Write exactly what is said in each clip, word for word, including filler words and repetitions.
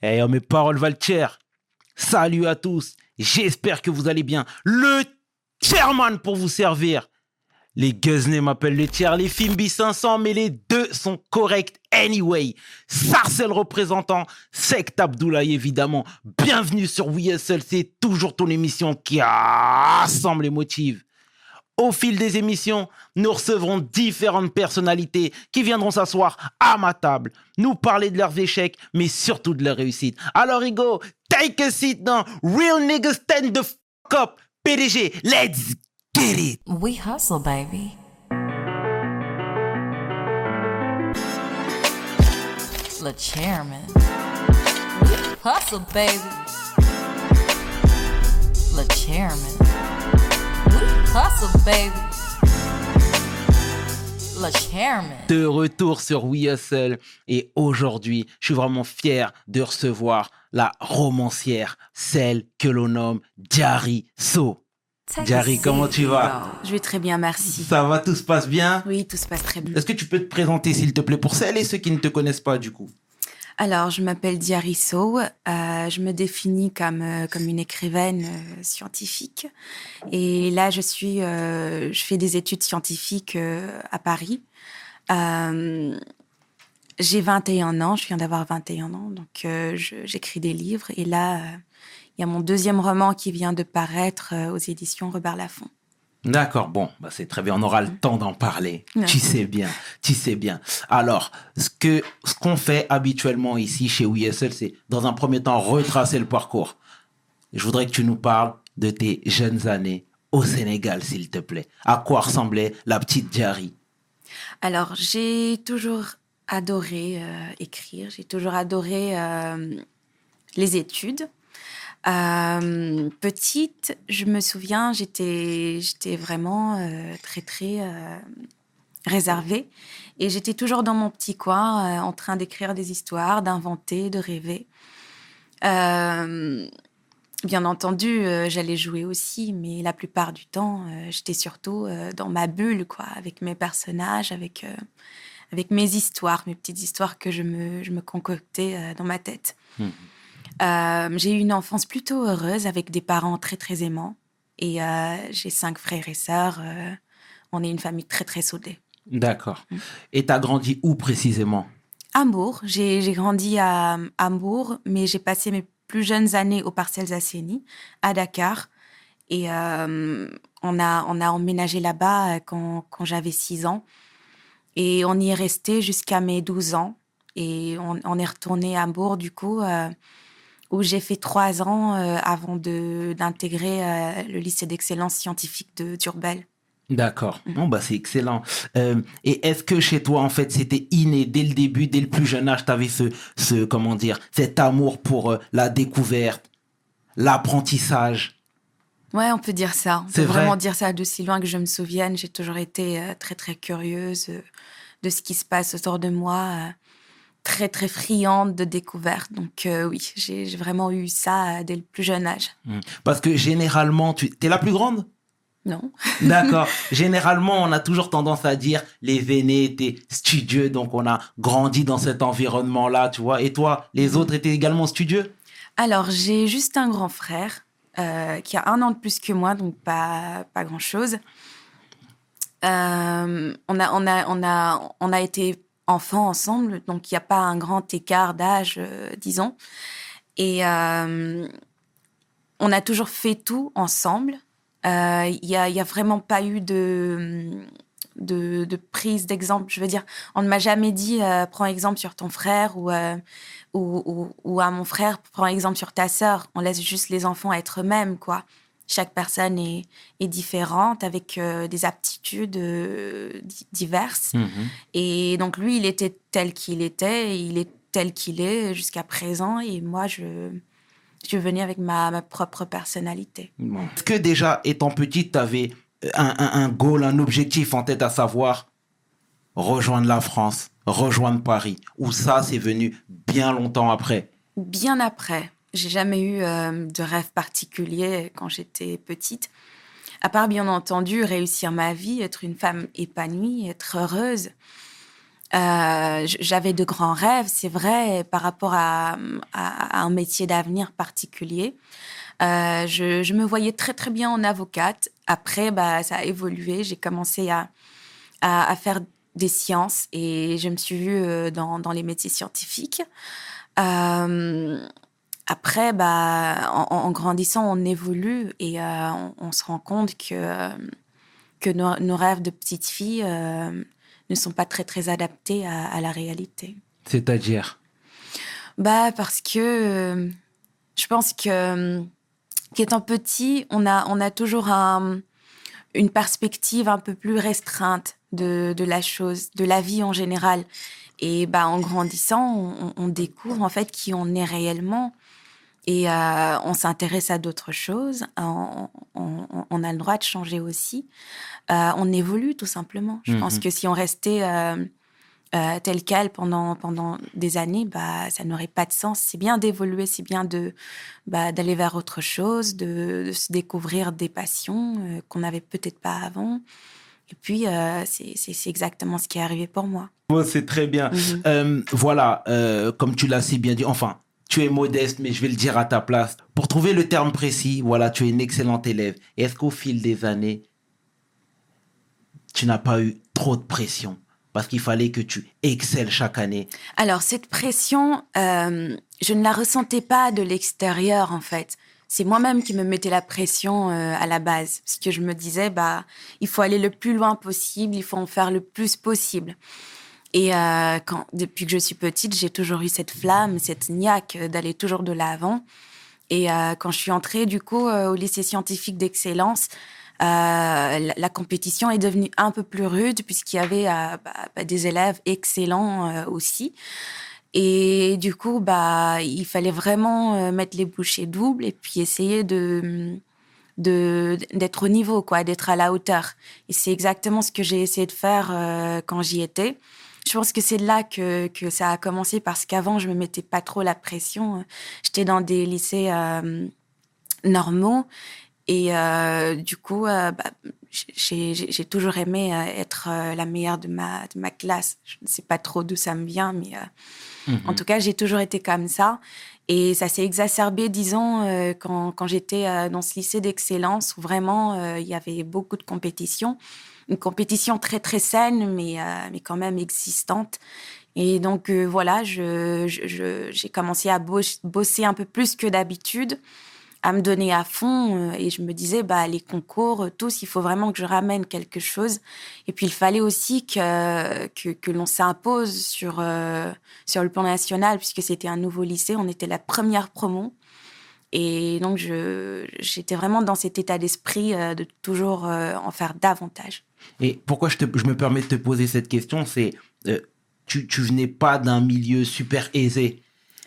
Eh, oh, mes paroles valent cher. Salut à tous. J'espère que vous allez bien. Le chairman pour vous servir. Les Guzney m'appellent le tiers, les Fimbi cinq cents, mais les deux sont corrects anyway. Sarcel représentant, Sect Abdoulaye évidemment. Bienvenue sur We Hustle, c'est toujours ton émission qui rassemble et motive. Au fil des émissions, nous recevrons différentes personnalités qui viendront s'asseoir à ma table, nous parler de leurs échecs, mais surtout de leurs réussites. Alors Hugo, take a seat dans Real Niggas Stand the Fuck Up. P D G, let's get it. We hustle, baby. Le chairman. Hustle, baby. Le chairman. Hustle, baby. Le chairman. De retour sur We Hustle et aujourd'hui, je suis vraiment fier de recevoir la romancière, celle que l'on nomme Diary So. Diary, comment tu vas? Je vais très bien, merci. Ça va, tout se passe bien? Oui, tout se passe très bien. Est-ce que tu peux te présenter, s'il te plaît, pour celles et ceux qui ne te connaissent pas, du coup? Alors, je m'appelle Diary So. Euh, je me définis comme, euh, comme une écrivaine euh, scientifique. Et là, je suis, euh, je fais des études scientifiques euh, à Paris. Euh, j'ai vingt et un ans, je viens d'avoir vingt et un ans, donc euh, je, j'écris des livres. Et là, euh, il y a mon deuxième roman qui vient de paraître euh, aux éditions Robert Laffont. D'accord, bon, bah c'est très bien, on aura le temps d'en parler. Ouais. Tu sais bien, tu sais bien. Alors, ce que ce qu'on fait habituellement ici chez We Hustle, c'est dans un premier temps retracer le parcours. Je voudrais que tu nous parles de tes jeunes années au Sénégal, s'il te plaît. À quoi ressemblait la petite Diary? Alors, j'ai toujours adoré euh, écrire, j'ai toujours adoré euh, les études. Euh, petite, je me souviens, j'étais, j'étais vraiment euh, très, très euh, réservée. Et j'étais toujours dans mon petit coin, euh, en train d'écrire des histoires, d'inventer, de rêver. Euh, bien entendu, euh, j'allais jouer aussi, mais la plupart du temps, euh, j'étais surtout euh, dans ma bulle, quoi, avec mes personnages, avec, euh, avec mes histoires, mes petites histoires que je me, je me concoctais euh, dans ma tête. Mmh. Euh, j'ai eu une enfance plutôt heureuse avec des parents très, très aimants. Et euh, j'ai cinq frères et sœurs. Euh, on est une famille très, très soudée. D'accord. Mmh. Et tu as grandi où précisément? Hambourg. J'ai, j'ai grandi à Hambourg, mais j'ai passé mes plus jeunes années aux Parcelles Assainies, à Dakar. Et euh, on, a, on a emménagé là-bas quand, quand j'avais six ans. Et on y est resté jusqu'à mes douze ans. Et on, on est retourné à Hambourg, du coup... Euh, où j'ai fait trois ans euh, avant de, d'intégrer euh, le lycée d'excellence scientifique de Durbel. D'accord. Mmh. Bon, bah, c'est excellent. Euh, et est-ce que chez toi, en fait, c'était inné dès le début, dès le plus jeune âge, tu avais ce, ce, comment dire, cet amour pour euh, la découverte, l'apprentissage? Ouais, on peut dire ça. On c'est peut vrai. Vraiment dire ça d'aussi loin que je me souvienne. J'ai toujours été euh, très, très curieuse euh, de ce qui se passe autour de moi. Euh, très, très friande de découverte. Donc euh, oui, j'ai, j'ai vraiment eu ça dès le plus jeune âge. Parce que généralement, tu es la plus grande? Non. D'accord. Généralement, on a toujours tendance à dire les aînés étaient studieux, donc on a grandi dans cet environnement-là, tu vois. Et toi, les mmh. autres étaient également studieux? Alors, j'ai juste un grand frère euh, qui a un an de plus que moi, donc pas, pas grand-chose. Euh, on, a, on, a, on, a, on a été... enfants ensemble, donc il n'y a pas un grand écart d'âge, euh, disons. Et euh, on a toujours fait tout ensemble. Il euh, n'y a, y a vraiment pas eu de, de, de prise d'exemple. Je veux dire, on ne m'a jamais dit euh, « prends exemple sur ton frère » ou, euh, ou, ou, ou à mon frère « prends exemple sur ta sœur ». On laisse juste les enfants être eux-mêmes, quoi. Chaque personne est, est différente, avec euh, des aptitudes euh, d- diverses. Mmh. Et donc, lui, il était tel qu'il était, et il est tel qu'il est jusqu'à présent. Et moi, je, je suis venue avec ma, ma propre personnalité. Bon. Est-ce que déjà, étant petite, tu avais un, un, un goal, un objectif en tête, à savoir rejoindre la France, rejoindre Paris? Ou ça, c'est venu bien longtemps après? Bien après. J'ai jamais eu euh, de rêve particulier quand j'étais petite. À part, bien entendu, réussir ma vie, être une femme épanouie, être heureuse. Euh, j- j'avais de grands rêves, c'est vrai, par rapport à, à- à un métier d'avenir particulier. Euh, je, je me voyais très, très bien en avocate. Après, bah, ça a évolué. J'ai commencé à, à, à faire des sciences et je me suis vue euh, dans, dans les métiers scientifiques. Euh, Après, bah, en, en grandissant, on évolue et euh, on, on se rend compte que, euh, que nos, nos rêves de petite fille euh, ne sont pas très, très adaptés à, à la réalité. C'est-à-dire? Bah, parce que euh, je pense que, euh, qu'étant petit, on a, on a toujours un, une perspective un peu plus restreinte de, de la chose, de la vie en général. Et bah, en grandissant, on, on découvre en fait qui on est réellement. Et euh, on s'intéresse à d'autres choses. On, on- on a le droit de changer aussi. Euh, on évolue tout simplement. Je pense Mhm. que si on restait euh, euh, tel quel pendant, pendant des années, bah, ça n'aurait pas de sens. C'est bien d'évoluer, c'est bien de, bah, d'aller vers autre chose, de, de se découvrir des passions euh, qu'on n'avait peut-être pas avant. Et puis, euh, c'est, c'est, c'est exactement ce qui est arrivé pour moi. Bon, c'est très bien. Mhm. Euh, voilà, euh, comme tu l'as si bien dit, enfin, tu es modeste, mais je vais le dire à ta place. Pour trouver le terme précis, voilà, tu es une excellente élève. Et est-ce qu'au fil des années, tu n'as pas eu trop de pression? Parce qu'il fallait que tu excelles chaque année. Alors, cette pression, euh, je ne la ressentais pas de l'extérieur, en fait. C'est moi-même qui me mettais la pression euh, à la base. Parce que je me disais, bah, il faut aller le plus loin possible, il faut en faire le plus possible. Et euh, quand, depuis que je suis petite, j'ai toujours eu cette flamme, cette niaque euh, d'aller toujours de l'avant. Et euh, quand je suis entrée, du coup, euh, au lycée scientifique d'excellence, euh, la, la compétition est devenue un peu plus rude puisqu'il y avait euh, bah, bah, des élèves excellents euh, aussi. Et du coup, bah, il fallait vraiment euh, mettre les bouchées doubles et puis essayer de, de, d'être au niveau, quoi, d'être à la hauteur. Et c'est exactement ce que j'ai essayé de faire euh, quand j'y étais. Je pense que c'est là que, que ça a commencé parce qu'avant, je me mettais pas trop la pression. J'étais dans des lycées euh, normaux et euh, du coup, euh, bah, j'ai, j'ai, j'ai toujours aimé euh, être euh, la meilleure de ma, de ma classe. Je ne sais pas trop d'où ça me vient, mais euh, Mhm. en tout cas, j'ai toujours été comme ça. Et ça s'est exacerbé, disons, euh, quand, quand j'étais euh, dans ce lycée d'excellence où vraiment euh, il y avait beaucoup de compétition. Une compétition très, très saine, mais, euh, mais quand même existante. Et donc, euh, voilà, je, je, je- j'ai commencé à bos- bosser un peu plus que d'habitude, à me donner à fond. euh, Et je me disais, bah, les concours, euh, tous, il faut vraiment que je ramène quelque chose. Et puis, il fallait aussi que, que, que l'on s'impose sur, euh, sur le plan national, puisque c'était un nouveau lycée. On était la première promo. Et donc, je, j'étais vraiment dans cet état d'esprit euh, de toujours euh, en faire davantage. Et pourquoi je, te- je me permets de te poser cette question, c'est euh, tu, tu venais pas d'un milieu super aisé.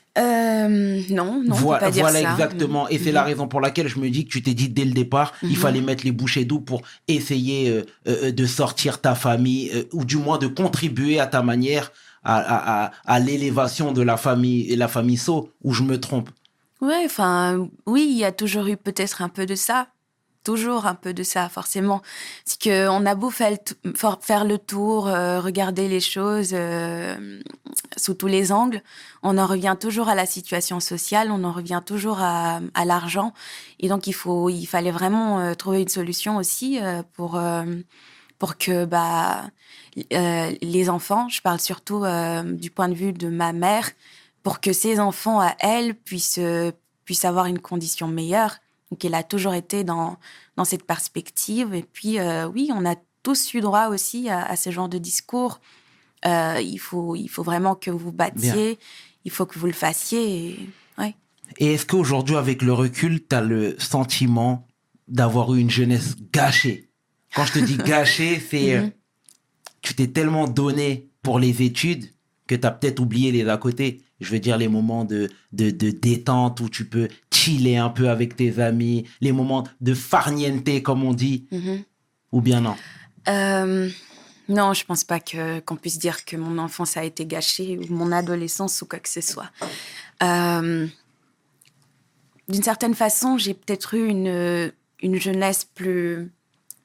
Euh, non, non, on peut Voi- pas dire Voilà ça. exactement. Et c'est la raison pour laquelle je me dis que tu t'es dit dès le départ, il Mhm. fallait mettre les bouchées doubles pour essayer euh, euh, de sortir ta famille, euh, ou du moins de contribuer à ta manière à, à, à, à l'élévation de la famille, et la famille So, ou je me trompe. Ouais, enfin, oui, il y a toujours eu peut-être un peu de ça. Toujours un peu de ça, forcément. C'est qu'on a beau faire le, t- for- faire le tour, euh, regarder les choses euh, sous tous les angles, on en revient toujours à la situation sociale, on en revient toujours à, à l'argent. Et donc, il faut, il fallait vraiment euh, trouver une solution aussi euh, pour, euh, pour que bah, euh, les enfants, je parle surtout euh, du point de vue de ma mère, pour que ses enfants à elle puissent, euh, puissent avoir une condition meilleure. Donc, elle a toujours été dans, dans cette perspective. Et puis, euh, oui, on a tous eu droit aussi à, à ce genre de discours. Euh, il faut, il faut vraiment que vous Bien. battiez, il faut que vous le fassiez. Et... Ouais. Et est-ce qu'aujourd'hui, avec le recul, tu as le sentiment d'avoir eu une jeunesse gâchée? Quand je te dis gâchée, c'est euh, Mhm. tu t'es tellement donné pour les études que tu as peut-être oublié les à côté. Je veux dire les moments de, de, de détente où tu peux chiller un peu avec tes amis, les moments de farniente, comme on dit, Mhm. ou bien non. Euh, non, je pense pas que, qu'on puisse dire que mon enfance a été gâchée ou mon adolescence ou quoi que ce soit. Euh, d'une certaine façon, j'ai peut-être eu une, une jeunesse plus,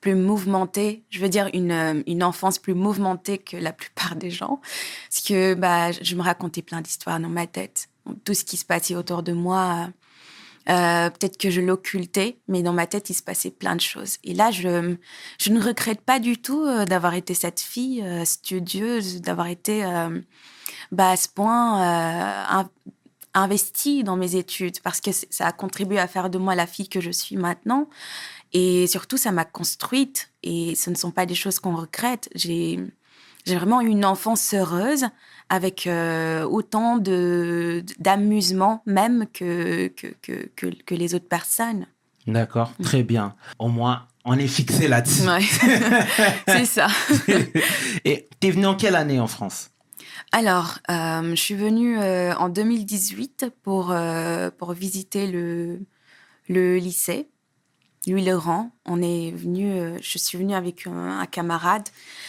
plus mouvementée, je veux dire une, une enfance plus mouvementée que la plupart des gens. Parce que bah, je me racontais plein d'histoires dans ma tête. Tout ce qui se passait autour de moi, euh, peut-être que je l'occultais, mais dans ma tête, il se passait plein de choses. Et là, je, je ne regrette pas du tout d'avoir été cette fille euh, studieuse, d'avoir été euh, bah, à ce point euh, un, investie dans mes études, parce que ça a contribué à faire de moi la fille que je suis maintenant. Et surtout, ça m'a construite. Et ce ne sont pas des choses qu'on regrette. J'ai, j'ai vraiment eu une enfance heureuse, avec euh, autant de, d'amusement même que, que, que, que, que les autres personnes. D'accord, très bien. Au moins, on est fixé là-dessus. Ouais. C'est ça. Et t'es venue en quelle année en France? Alors, euh, je suis venue euh, en deux mille dix-huit pour, euh, pour visiter le, le lycée, Louis-le-Grand. On est venu, euh, je suis venue avec un, un camarade.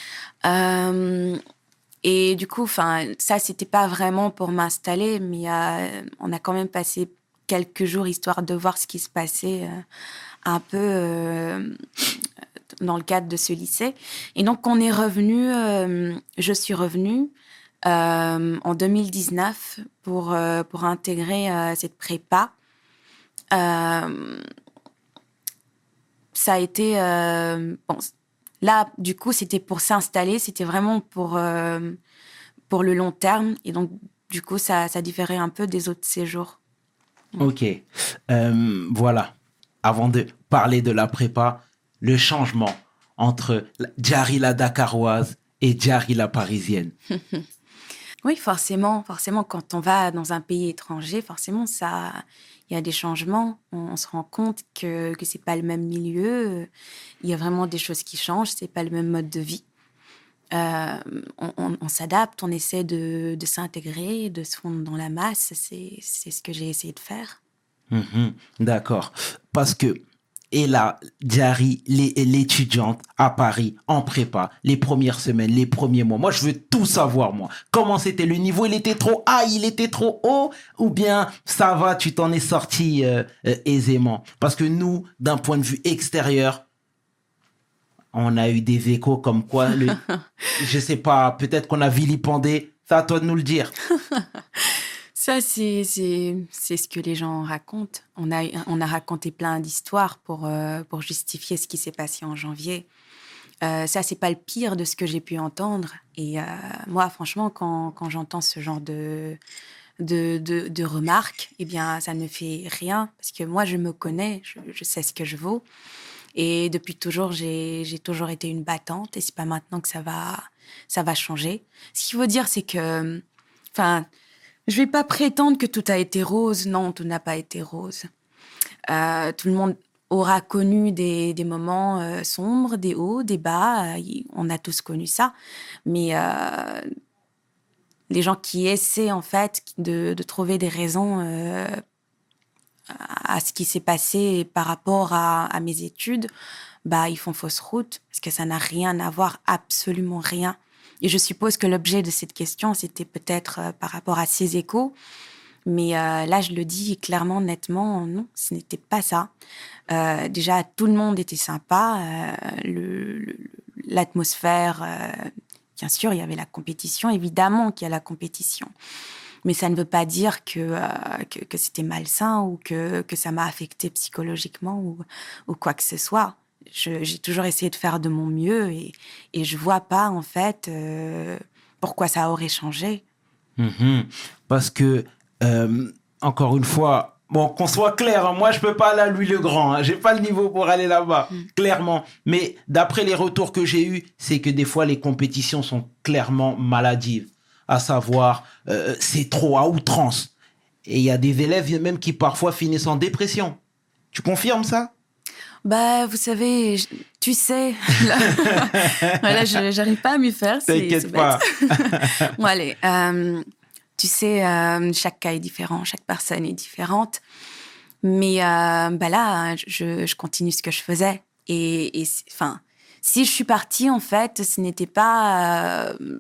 Euh, et du coup, ça, c'était pas vraiment pour m'installer, mais euh, on a quand même passé quelques jours histoire de voir ce qui se passait euh, un peu euh, dans le cadre de ce lycée. Et donc, on est revenu, euh, je suis revenue euh, en deux mille dix-neuf pour, euh, pour intégrer euh, cette prépa. Euh, ça a été... Euh, bon, là, du coup, c'était pour s'installer, c'était vraiment pour, euh, pour le long terme. Et donc, du coup, ça, ça différait un peu des autres séjours. Ok. Euh, voilà. Avant de parler de la prépa, le changement entre Djari la Dakaroise et Djari la Parisienne. Oui, forcément. Forcément, quand on va dans un pays étranger, forcément, ça... il y a des changements. On, on se rend compte que que c'est pas le même milieu. Il y a vraiment des choses qui changent. C'est pas le même mode de vie. Euh, on, on, on s'adapte, on essaie de, de s'intégrer, de se fondre dans la masse. C'est, c'est ce que j'ai essayé de faire. Mmh, d'accord. Parce que, et là, Djari, l'étudiante à Paris, en prépa, les premières semaines, les premiers mois, moi, je veux tout savoir, moi. Comment c'était le niveau? Il était trop high, il était trop haut? Ou bien, ça va, tu t'en es sorti euh, euh, aisément? Parce que nous, d'un point de vue extérieur, on a eu des échos comme quoi, le, je sais pas, peut-être qu'on a vilipendé. C'est à toi de nous le dire. Ça, c'est, c'est, c'est ce que les gens racontent. On a, on a raconté plein d'histoires pour, euh, pour justifier ce qui s'est passé en janvier. Euh, ça, c'est pas le pire de ce que j'ai pu entendre. Et euh, moi, franchement, quand, quand j'entends ce genre de, de, de, de remarques, eh bien, ça ne fait rien. Parce que moi, je me connais, je, je sais ce que je vaux. Et depuis toujours, j'ai, j'ai toujours été une battante. Et c'est pas maintenant que ça va, ça va changer. Ce qu'il faut dire, c'est que... Enfin, je vais pas prétendre que tout a été rose. Non, tout n'a pas été rose. Euh, tout le monde aura connu des, des moments euh, sombres, des hauts, des bas. Euh, on a tous connu ça. Mais euh, les gens qui essaient, en fait, de, de trouver des raisons... Euh, à ce qui s'est passé par rapport à, à mes études, bah, ils font fausse route, parce que ça n'a rien à voir, absolument rien. Et je suppose que l'objet de cette question, c'était peut-être euh, par rapport à ces échos, mais euh, là, je le dis clairement, nettement, non, ce n'était pas ça. Euh, déjà, tout le monde était sympa, euh, le, le, l'atmosphère, euh, bien sûr, il y avait la compétition, évidemment qu'il y a la compétition. Mais ça ne veut pas dire que, euh, que, que c'était malsain ou que, que ça m'a affectée psychologiquement ou, ou quoi que ce soit. Je, j'ai toujours essayé de faire de mon mieux et, et je ne vois pas, en fait, euh, pourquoi ça aurait changé. Mmh, parce que, euh, encore une fois, bon, qu'on soit clair, hein, moi, je ne peux pas aller à Louis-le-Grand. Hein, je n'ai pas le niveau pour aller là-bas, mmh. clairement. Mais d'après les retours que j'ai eus, c'est que des fois, les compétitions sont clairement maladives. À savoir, euh, c'est trop à outrance. Et il y a des élèves même qui parfois finissent en dépression. Tu confirmes ça? Bah, vous savez, je, tu sais, là, voilà, je j'arrive pas à m'y faire. T'inquiète c'est pas. Bon, allez, euh, tu sais, euh, chaque cas est différent, chaque personne est différente. Mais euh, bah là, je, je continue ce que je faisais. Et, et enfin, si je suis partie, en fait, ce n'était pas... Euh,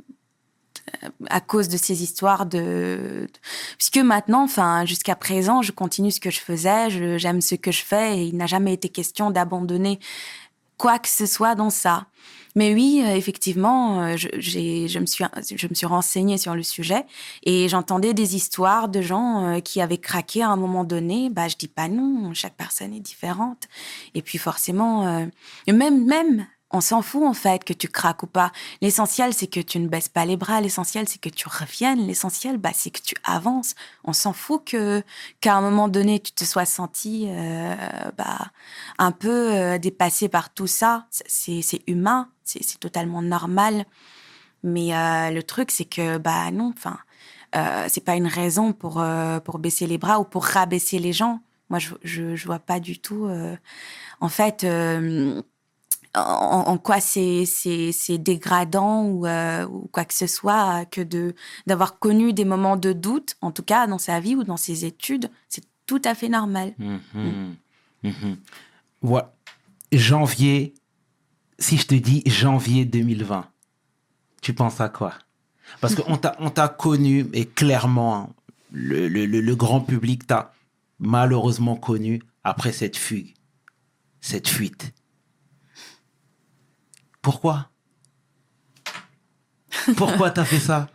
à cause de ces histoires de... Puisque maintenant, enfin, jusqu'à présent, je continue ce que je faisais, je, j'aime ce que je fais et il n'a jamais été question d'abandonner quoi que ce soit dans ça. Mais oui, euh, effectivement, euh, je, j'ai, je, me suis, je me suis renseignée sur le sujet et j'entendais des histoires de gens euh, qui avaient craqué à un moment donné. Bah, je dis pas non, chaque personne est différente. Et puis forcément, euh, même, même, on s'en fout en fait que tu craques ou pas. L'essentiel, c'est que tu ne baisses pas les bras. L'essentiel, c'est que tu reviennes. L'essentiel, bah, c'est que tu avances. On s'en fout que, qu'à un moment donné, tu te sois senti euh, bah, un peu euh, dépassé par tout ça. C'est, c'est humain, c'est, c'est totalement normal. Mais euh, le truc, c'est que, bah non, enfin, euh, c'est pas une raison pour, euh, pour baisser les bras ou pour rabaisser les gens. Moi, je, je, je vois pas du tout. Euh, en fait... Euh, En, en quoi c'est, c'est, c'est dégradant ou, euh, ou quoi que ce soit que de, d'avoir connu des moments de doute, en tout cas dans sa vie ou dans ses études. C'est tout à fait normal. Mmh, mmh, mmh. Voilà. Janvier, si je te dis janvier deux mille vingt, tu penses à quoi? Parce qu'on t'a, on t'a connu, et clairement, le, le, le, le grand public t'a malheureusement connu après cette fugue, cette fuite. Pourquoi? Pourquoi t'as fait ça?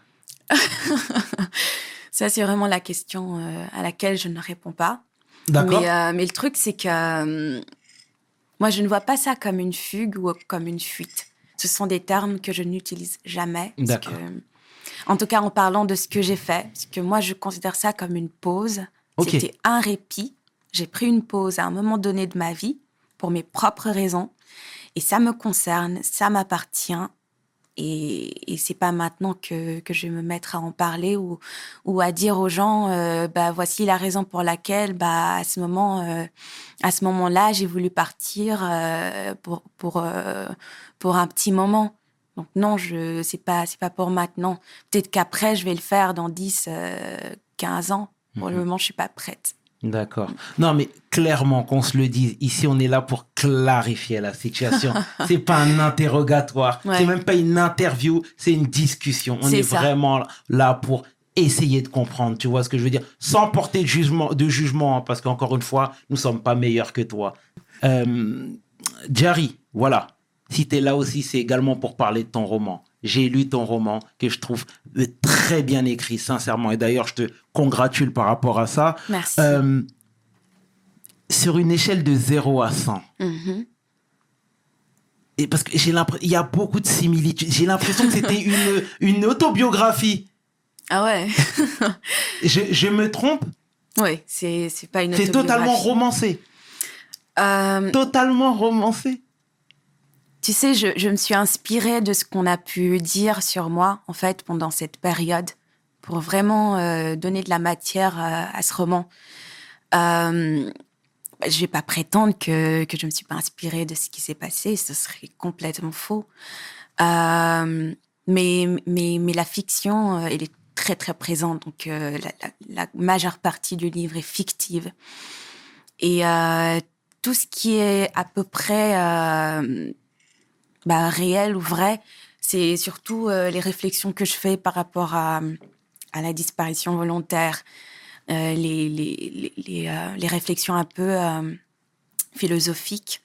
Ça, c'est vraiment la question euh, à laquelle je ne réponds pas. D'accord. Mais, euh, mais le truc, c'est que euh, moi, je ne vois pas ça comme une fugue ou comme une fuite. Ce sont des termes que je n'utilise jamais. Parce D'accord. que, en tout cas, en parlant de ce que j'ai fait, parce que moi, je considère ça comme une pause. Ok. C'était un répit. J'ai pris une pause à un moment donné de ma vie pour mes propres raisons. Et ça me concerne, ça m'appartient. Et, et c'est pas maintenant que, que je vais me mettre à en parler ou, ou à dire aux gens, euh, bah, voici la raison pour laquelle, bah, à ce moment, euh, à ce moment-là, j'ai voulu partir euh, pour, pour, euh, pour un petit moment. Donc non, je, c'est pas, c'est pas pour maintenant. Peut-être qu'après, je vais le faire dans dix, quinze ans. Pour Mhm. le moment, je suis pas prête. D'accord. Non, mais clairement, qu'on se le dise, ici, on est là pour clarifier la situation. C'est pas un interrogatoire, Ouais. c'est même pas une interview, c'est une discussion. On C'est est ça. vraiment là pour essayer de comprendre, tu vois ce que je veux dire, sans porter de jugement, de jugement, hein, parce qu'encore une fois, nous sommes pas meilleurs que toi. Euh, Jari, voilà. Si t'es là aussi, c'est également pour parler de ton roman. J'ai lu ton roman que je trouve très bien écrit, sincèrement. Et d'ailleurs, je te congratule par rapport à ça. Merci. Euh, sur une échelle de zéro à cent, Mhm. et parce que j'ai l'impression, il y a beaucoup de similitudes. J'ai l'impression que c'était une, une autobiographie. Ah ouais. Je, je me trompe? Oui, c'est, c'est pas une C'est totalement autobiographie. romancé. Euh, Totalement romancé. Tu sais, je, je me suis inspirée de ce qu'on a pu dire sur moi, en fait, pendant cette période, pour vraiment euh, donner de la matière à, à ce roman. Euh, je vais pas prétendre que, que je me suis pas inspirée de ce qui s'est passé, ce serait complètement faux. Euh, mais, mais, mais la fiction, euh, elle est très, très présente. Donc, euh, la, la, la majeure partie du livre est fictive. Et euh, tout ce qui est à peu près... Euh, Bah, réel ou vrai, c'est surtout euh, les réflexions que je fais par rapport à, à la disparition volontaire, euh, les, les, les, les, euh, les réflexions un peu euh, philosophiques.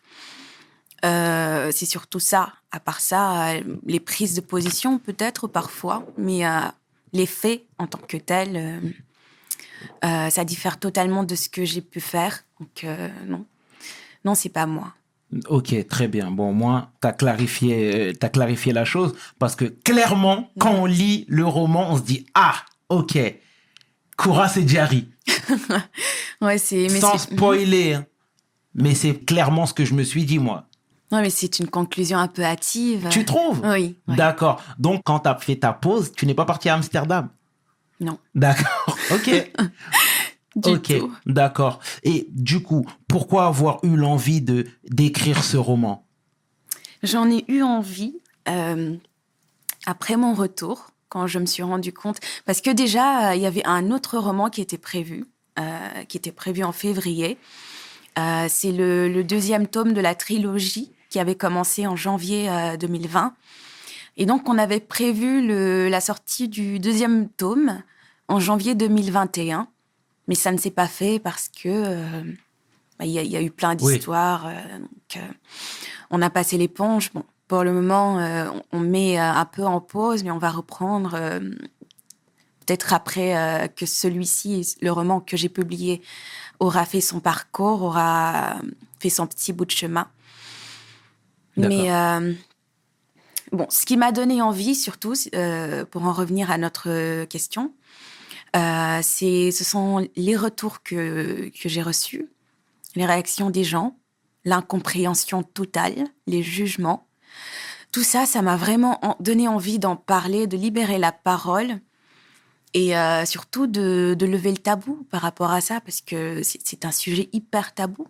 Euh, c'est surtout ça. À part ça, euh, les prises de position peut-être parfois, mais euh, les faits en tant que tels, euh, euh, ça diffère totalement de ce que j'ai pu faire. Donc euh, non, non, c'est pas moi. Ok, très bien. Bon, moi, tu as clarifié, t'as clarifié la chose parce que clairement, quand on lit le roman, on se dit « Ah, ok, Koura, c'est Jari. Ouais, c'est... » mais Sans c'est... spoiler, hein. Mais c'est clairement ce que je me suis dit, moi. Non, mais c'est une conclusion un peu hâtive. Tu trouves? Oui. Ouais. D'accord. Donc, quand tu as fait ta pause, tu n'es pas parti à Amsterdam? Non. D'accord. Ok. Du ok, tout. d'accord. Et du coup, pourquoi avoir eu l'envie de d'écrire ce roman? J'en ai eu envie euh, après mon retour, quand je me suis rendu compte, parce que déjà il euh, y avait un autre roman qui était prévu, euh, qui était prévu en février. Euh, c'est le, le deuxième tome de la trilogie qui avait commencé en janvier euh, deux mille vingt. Et donc on avait prévu le, la sortie du deuxième tome en janvier deux mille vingt et un. Mais ça ne s'est pas fait parce que, euh, Il y, a, il y a eu plein Oui. d'histoires. Euh, donc, euh, on a passé l'éponge. Bon, pour le moment, euh, on, on met euh, un peu en pause, mais on va reprendre euh, peut-être après euh, que celui-ci, le roman que j'ai publié, aura fait son parcours, aura fait son petit bout de chemin. D'accord. Mais euh, bon, ce qui m'a donné envie, surtout, euh, pour en revenir à notre question, euh, c'est, ce sont les retours que, que j'ai reçus, les réactions des gens, l'incompréhension totale, les jugements. Tout ça, ça m'a vraiment en- donné envie d'en parler, de libérer la parole et euh, surtout de, de lever le tabou par rapport à ça, parce que c'est, c'est un sujet hyper tabou.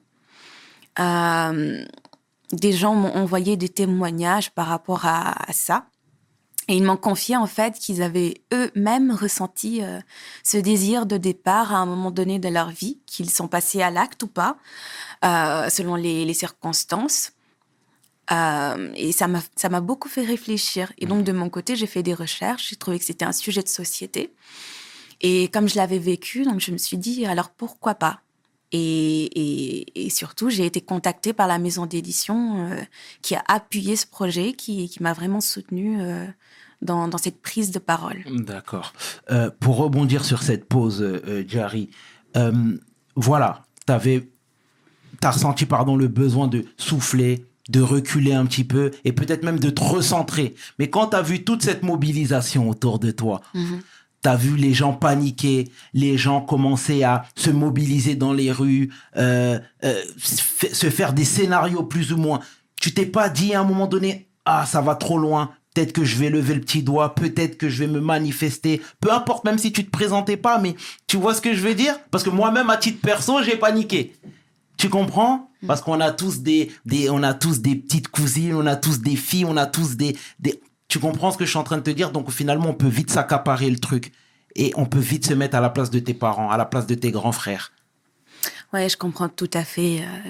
Euh, des gens m'ont envoyé des témoignages par rapport à, à ça. Et ils m'ont confié, en fait, qu'ils avaient eux-mêmes ressenti euh, ce désir de départ à un moment donné de leur vie, qu'ils sont passés à l'acte ou pas, euh, selon les, les circonstances. Euh, et ça m'a, ça m'a beaucoup fait réfléchir. Et donc, de mon côté, j'ai fait des recherches. J'ai trouvé que c'était un sujet de société. Et comme je l'avais vécu, donc je me suis dit, alors pourquoi pas ? Et, et, et surtout, j'ai été contactée par la maison d'édition euh, qui a appuyé ce projet, qui, qui m'a vraiment soutenue euh, dans, dans cette prise de parole. D'accord. Euh, pour rebondir sur cette pause, euh, Jari, euh, voilà, t'avais, t'as ressenti pardon, le besoin de souffler, de reculer un petit peu et peut-être même de te recentrer. Mais quand t'as vu toute cette mobilisation autour de toi, Mm-hmm. t'as vu les gens paniquer, les gens commencer à se mobiliser dans les rues, euh, euh, se faire des scénarios plus ou moins. Tu t'es pas dit à un moment donné, ah, ça va trop loin, peut-être que je vais lever le petit doigt, peut-être que je vais me manifester, peu importe, même si tu te présentais pas, mais tu vois ce que je veux dire ? Parce que moi-même, à titre perso, j'ai paniqué. Tu comprends ? Parce qu'on a tous des, des, on a tous des petites cousines, on a tous des filles, on a tous des, des... Tu comprends ce que je suis en train de te dire ? Donc finalement, on peut vite s'accaparer le truc. Et on peut vite se mettre à la place de tes parents, à la place de tes grands frères. Ouais, je comprends tout à fait euh,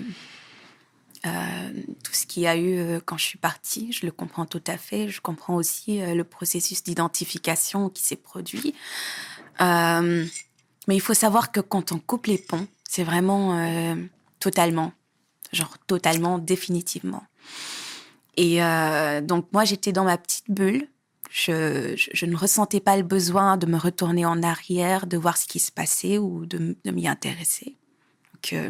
euh, tout ce qu'il y a eu euh, quand je suis partie. Je le comprends tout à fait. Je comprends aussi euh, le processus d'identification qui s'est produit. Euh, mais il faut savoir que quand on coupe les ponts, c'est vraiment euh, totalement, genre totalement, définitivement. Et euh, donc moi, j'étais dans ma petite bulle. Je, je, je ne ressentais pas le besoin de me retourner en arrière, de voir ce qui se passait ou de, de m'y intéresser. Donc, euh,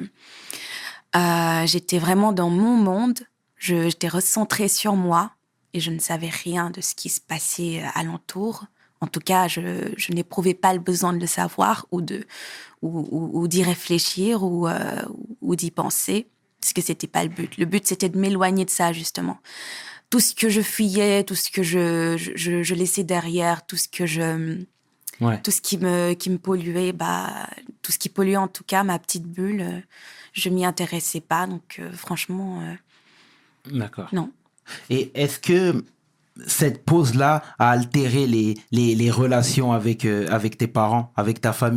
euh, j'étais vraiment dans mon monde. Je, j'étais recentrée sur moi et je ne savais rien de ce qui se passait alentour. En tout cas, je, je n'éprouvais pas le besoin de le savoir ou, de, ou, ou, ou d'y réfléchir ou, euh, ou d'y penser, parce que c'était pas le but. Le but, c'était de m'éloigner de ça, justement. Tout ce que je fuyais, tout ce que je, je, je laissais derrière, tout ce que je, Ouais. tout ce qui me, qui me polluait, bah, tout ce qui polluait en tout cas ma petite bulle, euh, je m'y intéressais pas. Donc euh, franchement, euh, D'accord. non. Et est-ce que cette pause-là a altéré les, les, les relations avec, euh, avec tes parents, avec ta famille ?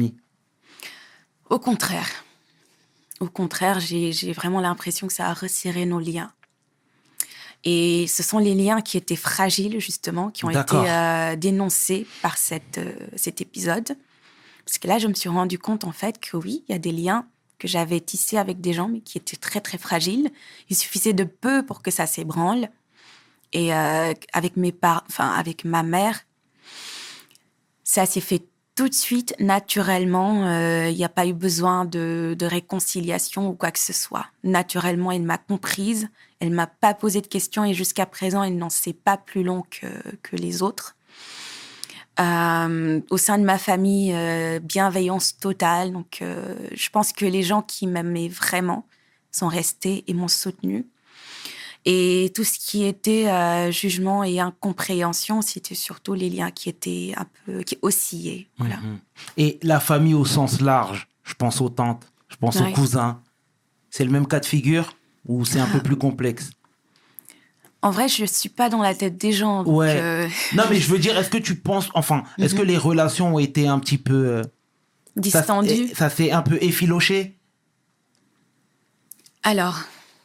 Au contraire. Au contraire, j'ai, j'ai vraiment l'impression que ça a resserré nos liens. Et ce sont les liens qui étaient fragiles, justement, qui ont D'accord. été euh, dénoncés par cette, euh, cet épisode. Parce que là, je me suis rendu compte, en fait, que oui, il y a des liens que j'avais tissés avec des gens, mais qui étaient très, très fragiles. Il suffisait de peu pour que ça s'ébranle. Et euh, avec, mes par... enfin, avec ma mère, ça s'est fait tout de suite, naturellement. Il n'y a pas eu besoin de, de réconciliation ou quoi que ce soit. Naturellement, elle m'a comprise. Elle ne m'a pas posé de questions et jusqu'à présent, elle n'en sait pas plus long que, que les autres. Euh, au sein de ma famille, euh, bienveillance totale. Donc, euh, je pense que les gens qui m'aimaient vraiment sont restés et m'ont soutenue. Et tout ce qui était euh, jugement et incompréhension, c'était surtout les liens qui étaient un peu, qui oscillaient. Voilà. Mmh. Et la famille au sens large, je pense aux tantes, je pense Ouais. aux cousins. C'est le même cas de figure ou c'est un peu plus complexe ? En vrai, je ne suis pas dans la tête des gens. Donc, Ouais. euh, Non, mais je veux dire, est-ce que tu penses, enfin, est-ce que les relations ont été un petit peu euh, ça, distendues. ça s'est un peu effiloché ? Alors,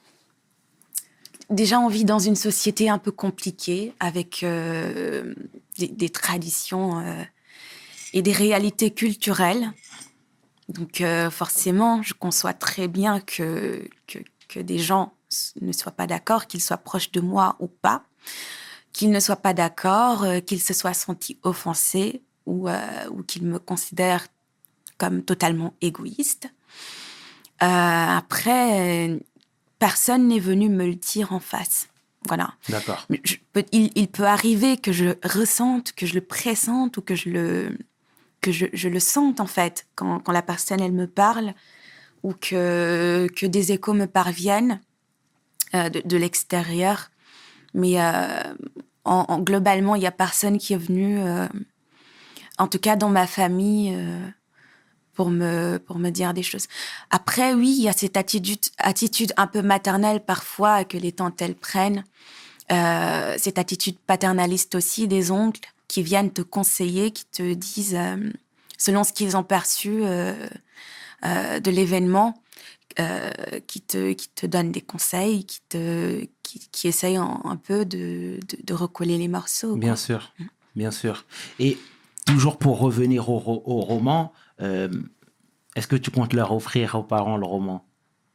déjà, on vit dans une société un peu compliquée, avec euh, des, des traditions euh, et des réalités culturelles Donc, euh, forcément, je conçois très bien que, que, que des gens ne soient pas d'accord, qu'ils soient proches de moi ou pas, qu'ils ne soient pas d'accord, euh, qu'ils se soient sentis offensés ou, euh, ou qu'ils me considèrent comme totalement égoïste. Euh, après, euh, personne n'est venu me le dire en face. Voilà. D'accord. Mais je peux- il, il peut arriver que je ressente, que je le pressente ou que je le, que je, je le sente, en fait, quand, quand la personne, elle me parle ou que, que des échos me parviennent euh, de, de l'extérieur. Mais euh, en, en- globalement, il n'y a personne qui est venu, euh, en tout cas dans ma famille, euh, pour me, pour me dire des choses. Après, oui, il y a cette attitude, attitude un peu maternelle parfois que les tantes, elles prennent. Euh, cette attitude paternaliste aussi des oncles qui viennent te conseiller, qui te disent, euh, selon ce qu'ils ont perçu euh, euh, de l'événement, euh, qui, te, qui te donnent des conseils, qui, te, qui, qui essayent un, un peu de, de, de recoller les morceaux. Bien Quoi. sûr, bien sûr. Et toujours pour revenir au, ro- au roman, euh, est-ce que tu comptes leur offrir aux parents le roman?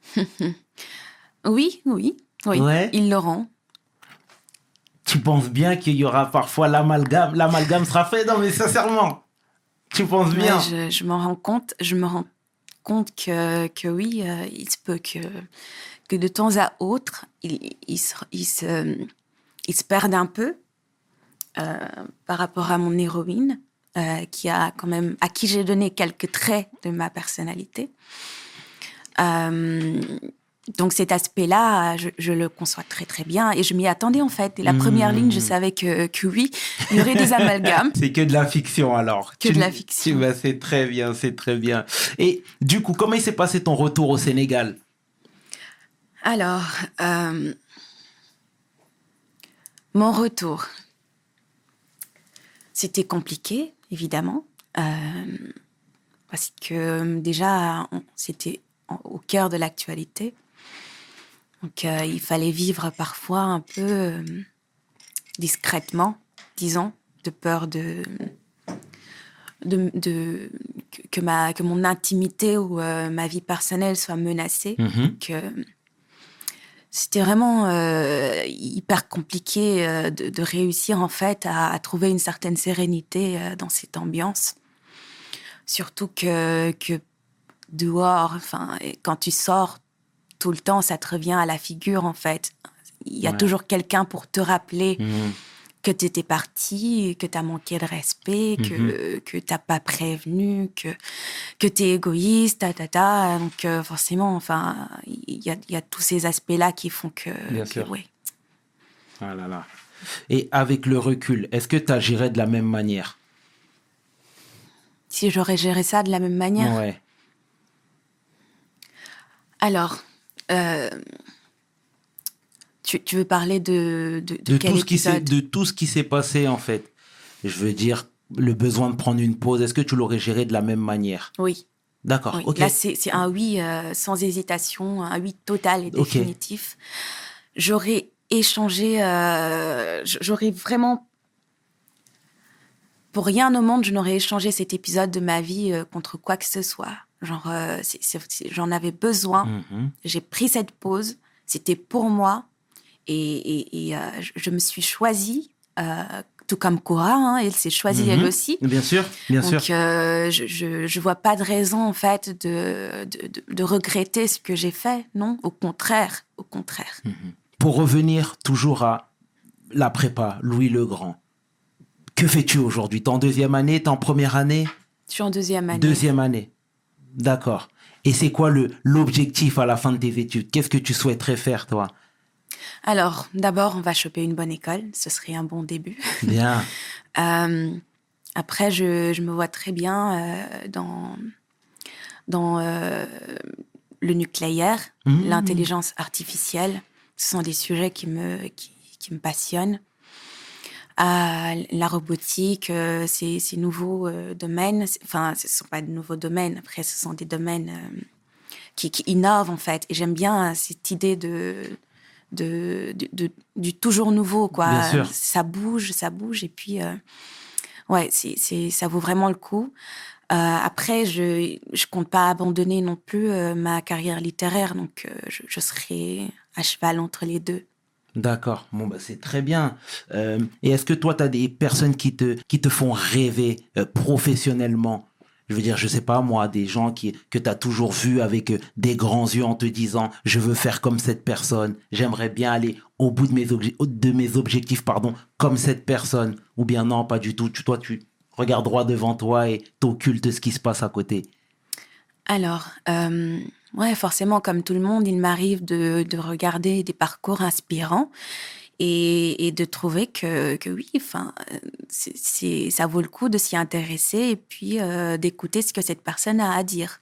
Oui, oui, oui, Ouais. ils l'auront. Tu penses bien qu'il y aura parfois l'amalgame, l'amalgame sera fait? Non, mais sincèrement, tu penses Ouais, bien? je, je m'en rends compte, je me rends compte que, que oui, euh, il se peut que, que de temps à autre, ils il se, il se, il se perdent un peu euh, par rapport à mon héroïne, euh, qui a quand même, à qui j'ai donné quelques traits de ma personnalité. Euh, donc cet aspect-là, je, je le conçois très très bien et je m'y attendais en fait. Et la première ligne, je savais que, que oui, il y aurait des amalgames. C'est que de la fiction alors. Que Tu- de la fiction. tu- bah, c'est très bien, c'est très bien. Et du coup, comment il s'est passé ton retour au Sénégal? Alors, euh, mon retour, c'était compliqué, évidemment, euh, parce que euh, déjà, on- c'était en- au cœur de l'actualité. Donc, euh, il fallait vivre parfois un peu euh, discrètement, disons, de peur de, de, de- que, que ma, que mon intimité ou euh, ma vie personnelle soit menacée. Mhm. Donc, euh, c'était vraiment euh, hyper compliqué euh, de, de réussir en fait à, à trouver une certaine sérénité euh, dans cette ambiance. Surtout que, que dehors, enfin, et quand tu sors tout le temps, ça te revient à la figure en fait. Il y a Ouais. toujours quelqu'un pour te rappeler Mhm. que tu étais parti, que tu as manqué de respect, que, que tu n'as pas prévenu, que, que tu es égoïste, ta, ta, ta. Donc, euh, forcément, enfin, il y a, il y a tous ces aspects-là qui font que... Bien que, sûr. ouais. Ah là là. Et avec le recul, est-ce que tu agirais de la même manière? Si j'aurais géré ça de la même manière. Ouais. Alors, euh, tu, tu veux parler de, de, de De quel tout, ce qui s'est, épisode? de tout ce qui s'est passé, en fait. Je veux dire, le besoin de prendre une pause, est-ce que tu l'aurais géré de la même manière? Oui. D'accord, Oui. ok. Là, c'est, c'est un oui euh, sans hésitation, un oui total et Ok. définitif. J'aurais échangé, euh, j- j'aurais vraiment, pour rien au monde, je n'aurais échangé cet épisode de ma vie euh, contre quoi que ce soit. Genre, euh, c'est- c'est- c'est- j'en avais besoin. Mhm. J'ai pris cette pause. C'était pour moi. Et, et, et, euh, je, je me suis choisie, euh, tout comme Cora, hein, elle s'est choisie Mhm. elle aussi. Bien sûr, bien Donc, sûr. euh, je, je, je vois pas de raison, en fait, de, de, de, de regretter ce que j'ai fait. Non, au contraire, au contraire. Pour revenir toujours à la prépa, Louis le Grand, que fais-tu aujourd'hui? T'es en deuxième année? T'es en première année? Je suis en deuxième année. Deuxième année. D'accord. Et c'est quoi le, l'objectif à la fin de tes études? Qu'est-ce que tu souhaiterais faire, toi? Alors, d'abord, on va choper une bonne école. Ce serait un bon début. Bien. Euh, après, je, je me vois très bien euh, dans, dans euh, le nucléaire, Mmh. l'intelligence artificielle. Ce sont des sujets qui me, qui, qui me passionnent. Euh, la robotique, euh, ces, ces nouveaux euh, domaines, c'est- enfin, ce ne sont pas de nouveaux domaines, après, ce sont des domaines euh, qui, qui innovent, en fait. Et j'aime bien euh, cette idée de, de, de, de- du toujours nouveau, quoi. Bien sûr. Ça bouge, ça bouge, et puis, euh, ouais, c'est, c'est, ça vaut vraiment le coup. après, je je compte pas abandonner non plus euh, ma carrière littéraire, donc euh, je, je serai à cheval entre les deux. D'accord. Bon, bah, c'est très bien. Euh, et est-ce que toi, tu as des personnes qui te, qui te font rêver euh, professionnellement? Je veux dire, je sais pas moi, des gens qui, que tu as toujours vus avec euh, des grands yeux en te disant, je veux faire comme cette personne, j'aimerais bien aller au bout de mes, obje- de mes objectifs, pardon, comme cette personne. Ou bien non, pas du tout. Tu, toi, tu regardes droit devant toi et t'occultes ce qui se passe à côté. Alors, euh, ouais, forcément, comme tout le monde, il m'arrive de, de regarder des parcours inspirants et, et de trouver que, que oui, enfin, c'est, c'est- ça vaut le coup de s'y intéresser et puis euh, d'écouter ce que cette personne a à dire.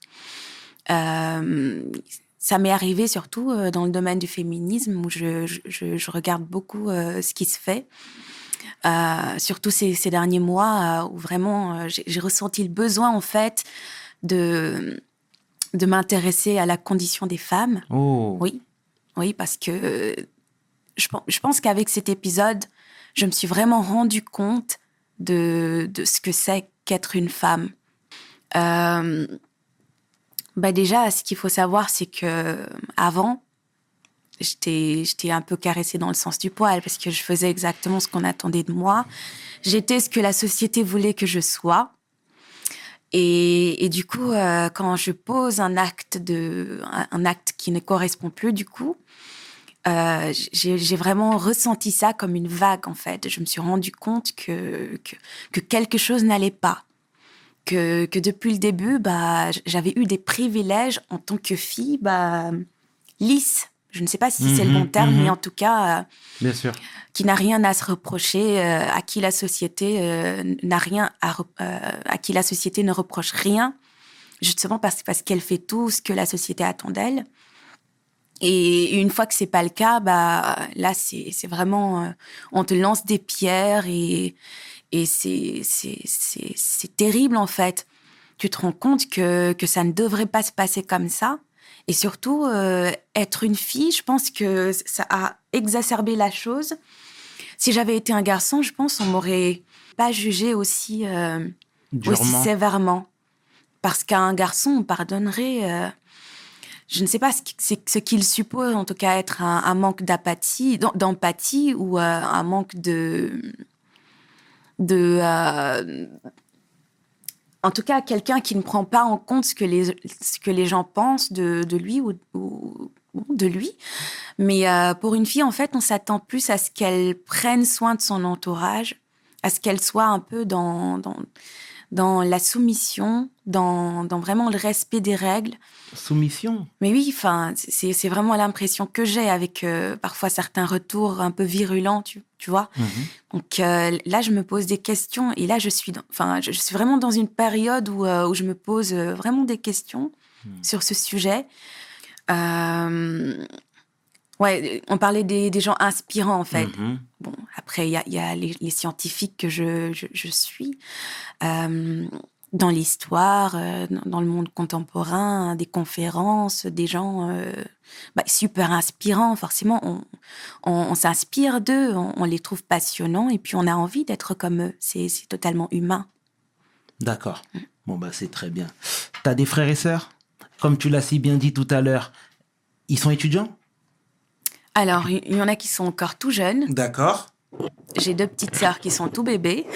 Euh, Ça m'est arrivé surtout euh, dans le domaine du féminisme où je, je, je- je regarde beaucoup euh, ce qui se fait. Euh, surtout ces, ces derniers mois euh, où vraiment euh, j'ai, j'ai ressenti le besoin en fait de de m'intéresser à la condition des femmes. Oh, Oui, oui, parce que euh, je, pen- je pense qu'avec cet épisode, je me suis vraiment rendu compte de, de ce que c'est qu'être une femme. Euh, Bah déjà, ce qu'il faut savoir, c'est que avant, j'étais, j'étais un peu caressée dans le sens du poil parce que je faisais exactement ce qu'on attendait de moi. J'étais ce que la société voulait que je sois. Et, et du coup, euh, quand je pose un acte, de, un, un acte qui ne correspond plus, du coup, euh, j'ai, j'ai vraiment ressenti ça comme une vague, en fait. Je me suis rendu compte que, que, que quelque chose n'allait pas. Que, que depuis le début, bah, j'avais eu des privilèges en tant que fille bah, lisse. Je ne sais pas si c'est le bon mhm, terme, mais mhm. en tout cas, euh, Bien sûr. qui n'a rien à se reprocher, euh, à qui la société euh, n'a rien à, re- euh, à qui la société ne reproche rien, justement parce, parce qu'elle fait tout ce que la société attend d'elle. Et une fois que c'est pas le cas, bah là c'est c'est vraiment euh, on te lance des pierres et et c'est c'est c'est c'est terrible en fait. Tu te rends compte que que ça ne devrait pas se passer comme ça. Et surtout, euh, être une fille, je pense que ça a exacerbé la chose. Si j'avais été un garçon, je pense on m'aurait pas jugé aussi, euh, aussi Durement. sévèrement. Parce qu'à un garçon, on pardonnerait, euh, je ne sais pas ce qui- c'est ce qu'il suppose, en tout cas être un, un manque d'apathie, d'em- d'empathie ou euh, un manque de... de euh, en tout cas, quelqu'un qui ne prend pas en compte ce que les, ce que les gens pensent de, de lui ou, ou- ou de lui. Mais euh, pour une fille, en fait, on s'attend plus à ce qu'elle prenne soin de son entourage, à ce qu'elle soit un peu dans, dans, dans la soumission, dans, dans vraiment le respect des règles. Soumission. Mais oui, enfin, c'est, c'est vraiment l'impression que j'ai avec euh, parfois certains retours un peu virulents, tu, tu vois. Mhm. Donc euh, là, je me pose des questions et là, je suis, dans- enfin, je, je suis vraiment dans une période où, euh, où je me pose euh, vraiment des questions sur ce sujet. Euh, Ouais, on parlait des, des gens inspirants, en fait. Mhm. Bon, après, il y a, il y a les, les scientifiques que je, je, je suis. Euh, dans l'histoire, euh, dans dans le monde contemporain, des conférences, des gens euh, bah, super inspirants. Forcément, on, on, on s'inspire d'eux, on, on les trouve passionnants et puis on a envie d'être comme eux. C'est, c'est totalement humain. D'accord. Bon, bah, c'est très bien. T'as des frères et sœurs? Comme tu l'as si bien dit tout à l'heure, ils sont étudiants? Alors, il y en a qui sont encore tout jeunes. D'accord. J'ai deux petites sœurs qui sont tout bébés.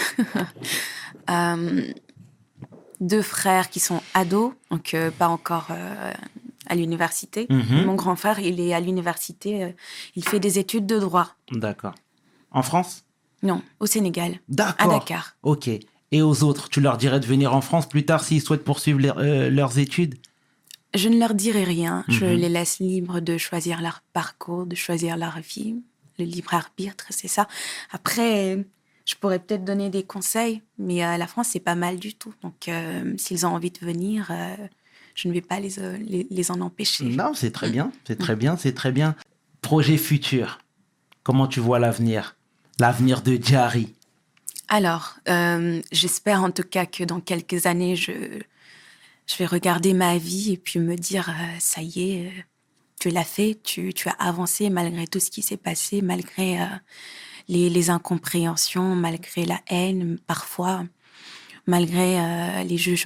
Euh, deux frères qui sont ados, donc euh, pas encore euh, à l'université. Mhm. Mon grand frère, il est à l'université, euh, il fait des études de droit. D'accord. En France? Non, au Sénégal, à D'accord. Dakar. Ok. Et aux autres, tu leur dirais de venir en France plus tard s'ils souhaitent poursuivre les- euh, leurs études? Je ne leur dirai rien, je Mhm. les laisse libres de choisir leur parcours, de choisir leur vie. Le libre arbitre, c'est ça. Après, je pourrais peut-être donner des conseils, mais euh, la France, c'est pas mal du tout. Donc, euh, s'ils ont envie de venir, euh, je ne vais pas les, euh, les, les en empêcher. Non, c'est très bien. C'est très bien. C'est très bien. Projet futur. Comment tu vois l'avenir? L'avenir de Jari. Alors, euh, j'espère en tout cas que dans quelques années, je, je vais regarder ma vie et puis me dire, euh, ça y est, euh, tu l'as fait, tu, tu as avancé malgré tout ce qui s'est passé, malgré euh, les, les incompréhensions, malgré la haine, parfois, malgré euh, les jugements.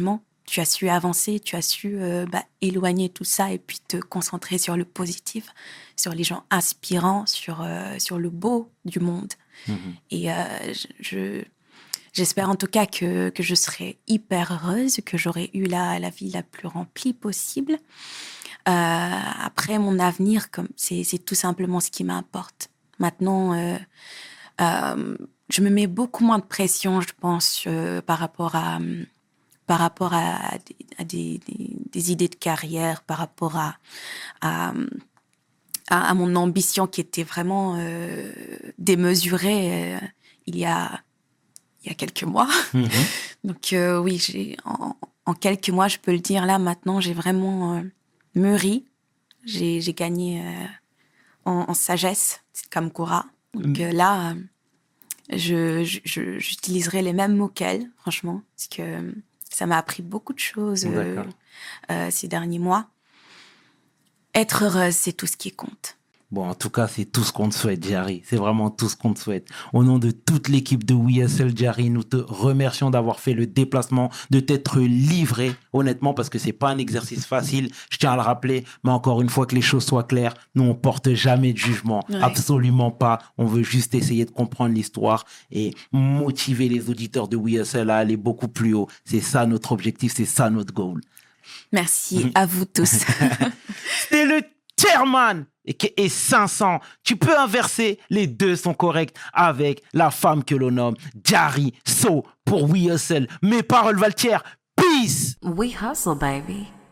tu as su avancer, tu as su euh, bah, éloigner tout ça et puis te concentrer sur le positif, sur les gens inspirants, sur, euh, sur le beau du monde. Mmh. Et euh, je, j'espère en tout cas que, que je serai hyper heureuse, que j'aurai eu la, la vie la plus remplie possible. Euh, après, mon avenir, comme, c'est, c'est tout simplement ce qui m'importe. Maintenant, euh, euh, je me mets beaucoup moins de pression, je pense, euh, par rapport à... par rapport à, à, des, à des, des, des idées de carrière, par rapport à, à, à, à mon ambition qui était vraiment euh, démesurée euh, il, y a, il y a quelques mois. Mmh. Donc euh, oui, j'ai, en, en quelques mois, je peux le dire, là, maintenant, j'ai vraiment euh, mûri. J'ai, j'ai gagné euh, en, en sagesse, c'est comme Cora. Donc euh, là, euh, je, je, j'utiliserai les mêmes mots qu'elle, franchement, parce que... ça m'a appris beaucoup de choses euh, euh, ces derniers mois. Être heureuse, c'est tout ce qui compte. Bon, en tout cas, c'est tout ce qu'on te souhaite, Jari. C'est vraiment tout ce qu'on te souhaite. Au nom de toute l'équipe de We Hustle, Jari, nous te remercions d'avoir fait le déplacement, de t'être livré, honnêtement, parce que c'est pas un exercice facile. Je tiens à le rappeler, mais encore une fois, que les choses soient claires, nous, on porte jamais de jugement. Ouais. Absolument pas. On veut juste essayer de comprendre l'histoire et motiver les auditeurs de We Hustle à aller beaucoup plus haut. C'est ça notre objectif, c'est ça notre goal. Merci à vous tous. C'était le Chairman et cinq cents. Tu peux inverser, les deux sont corrects avec la femme que l'on nomme Jari So pour We Hustle. Mes paroles valent tiers. Peace. We hustle, baby.